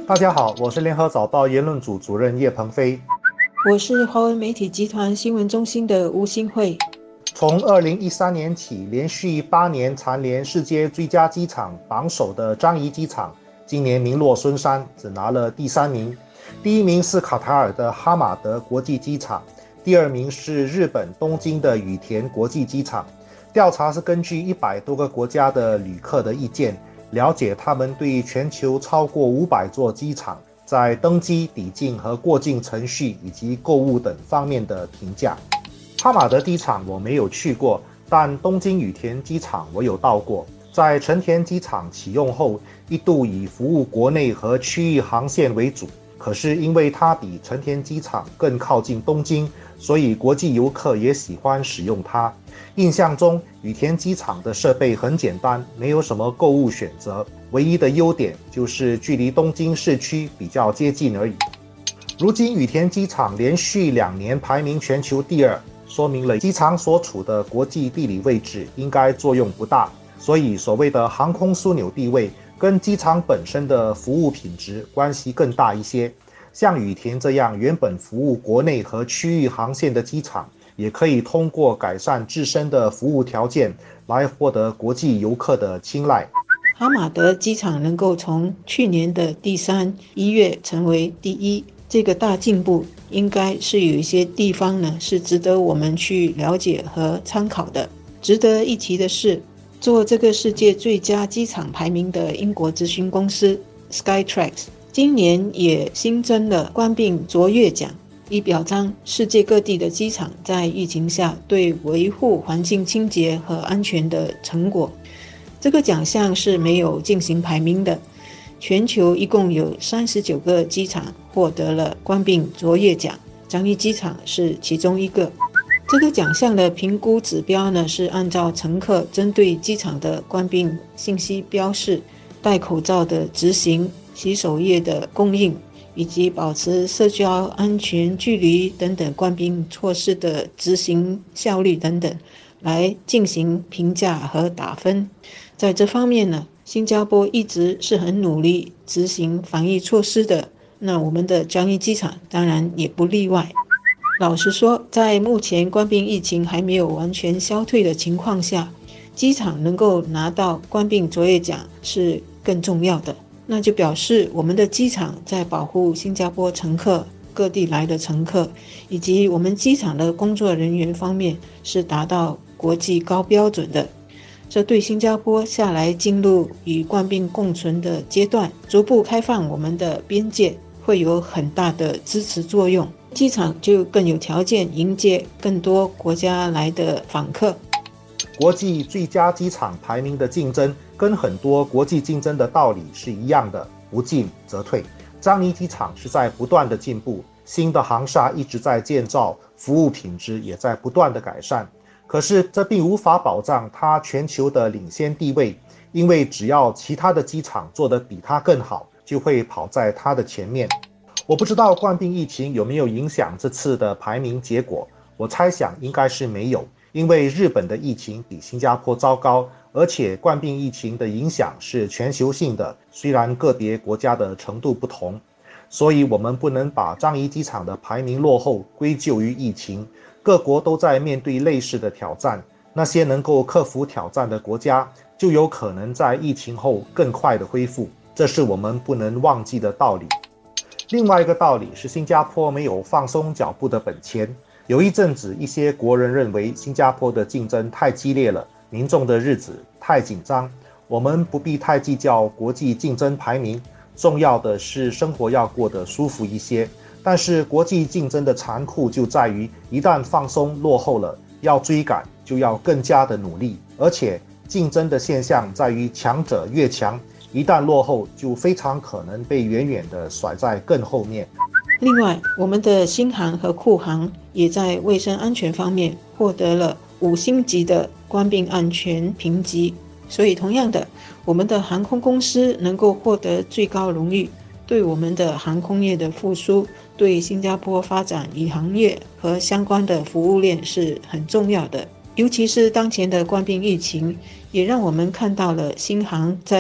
大家好，我是联合早报言论组主任叶鹏飞。 我是华文媒体集团新闻中心的吴新慧。 从2013年起，连续8年蝉联世界最佳机场榜首的樟宜机场，今年名落孙山，只拿了第3名。第1名是卡塔尔的哈马德国际机场，第2名是日本东京的羽田国际机场。调查是根据100多个国家的旅客的意见，了解他们对全球超过500座机场在登机、抵境和过境程序以及购物等方面的评价。哈马德机场我没有去过，但东京羽田机场我有到过。在成田机场启用后，一度以服务国内和区域航线为主，可是因为它比成田机场更靠近东京，所以国际游客也喜欢使用它。印象中，羽田机场的设备很简单，没有什么购物选择，唯一的优点就是距离东京市区比较接近而已。如今羽田机场连续2年排名全球第2，说明了机场所处的国际地理位置应该作用不大，所以所谓的航空枢纽地位跟机场本身的服务品质关系更大一些。像羽田这样原本服务国内和区域航线的机场，也可以通过改善自身的服务条件来获得国际游客的青睐。 哈马德机场能够从去年的第3一跃成为第1，这个大进步应该是有一些地方呢是值得我们去了解和参考的。值得一提的是，做这个世界最佳机场排名的英国咨询公司 Skytrax 今年也新增了冠病卓越奖，以表彰世界各地的机场在疫情下对维护环境清洁和安全的成果。这个奖项是没有进行排名的，全球一共有39个机场获得了冠病卓越奖，樟宜机场是其中一个。这个奖项的评估指标呢，是按照乘客针对机场的冠病信息标示、戴口罩的执行、洗手液的供应以及保持社交安全距离等等冠病措施的执行效率等等来进行评价和打分。在这方面呢，新加坡一直是很努力执行防疫措施的，那我们的樟宜机场当然也不例外。老实说，在目前冠病疫情还没有完全消退的情况下，机场能够拿到冠病卓越奖是更重要的，那就表示我们的机场在保护新加坡乘客、各地来的乘客以及我们机场的工作人员方面是达到国际高标准的。这对新加坡下来进入与冠病共存的阶段，逐步开放我们的边界，会有很大的支持作用，机场就更有条件迎接更多国家来的访客。 国际最佳机场排名的竞争跟很多国际竞争的道理是一样的，不进则退。樟宜机场是在不断的进步，新的航厦一直在建造，服务品质也在不断的改善。可是这并无法保障它全球的领先地位，因为只要其他的机场做得比它更好，就会跑在它的前面。我不知道冠病疫情有没有影响这次的排名结果，我猜想应该是没有，因为日本的疫情比新加坡糟糕，而且冠病疫情的影响是全球性的，虽然个别国家的程度不同，所以我们不能把樟宜机场的排名落后归咎于疫情。各国都在面对类似的挑战，那些能够克服挑战的国家就有可能在疫情后更快的恢复，这是我们不能忘记的道理。另外一个道理是，新加坡没有放松脚步的本钱。有一阵子，一些国人认为新加坡的竞争太激烈了，民众的日子太紧张，我们不必太计较国际竞争排名，重要的是生活要过得舒服一些。但是国际竞争的残酷就在于，一旦放松落后了，要追赶就要更加的努力，而且竞争的现象在于强者越强，一旦落后就非常可能被远远的甩在更后面。 另外，我们的新航和库航也在卫生安全方面获得了5星级的冠病安全评级，所以同样的，我们的航空公司能够获得最高荣誉，对我们的航空业的复苏，对新加坡发展宇航业和相关的服务链是很重要的。尤其是当前的冠病疫情，也让我们看到了新航在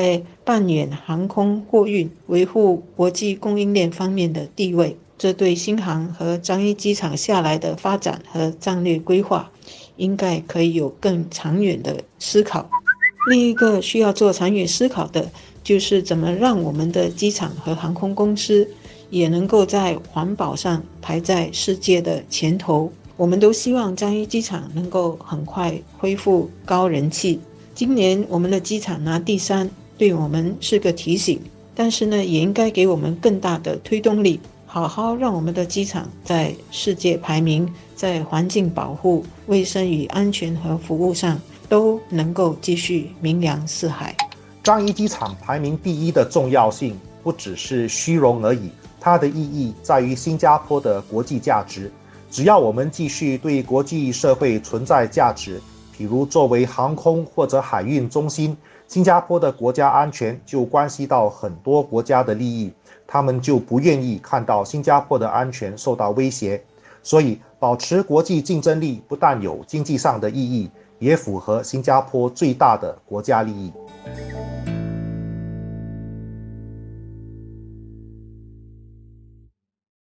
扮演航空货运维护国际供应链方面的地位。这对新航和樟宜机场下来的发展和战略规划，应该可以有更长远的思考。另一个需要做长远思考的，就是怎么让我们的机场和航空公司也能够在环保上排在世界的前头。我们都希望樟宜机场能够很快恢复高人气。今年我们的机场拿第3，对我们是个提醒，但是呢，也应该给我们更大的推动力，好好让我们的机场在世界排名，在环境保护、卫生与安全和服务上都能够继续名扬四海。 樟宜机场排名第1的重要性不只是虚荣而已，它的意义在于新加坡的国际价值。只要我们继续对国际社会存在价值，譬如作为航空或者海运中心，新加坡的国家安全就关系到很多国家的利益，他们就不愿意看到新加坡的安全受到威胁。所以保持国际竞争力不但有经济上的意义，也符合新加坡最大的国家利益。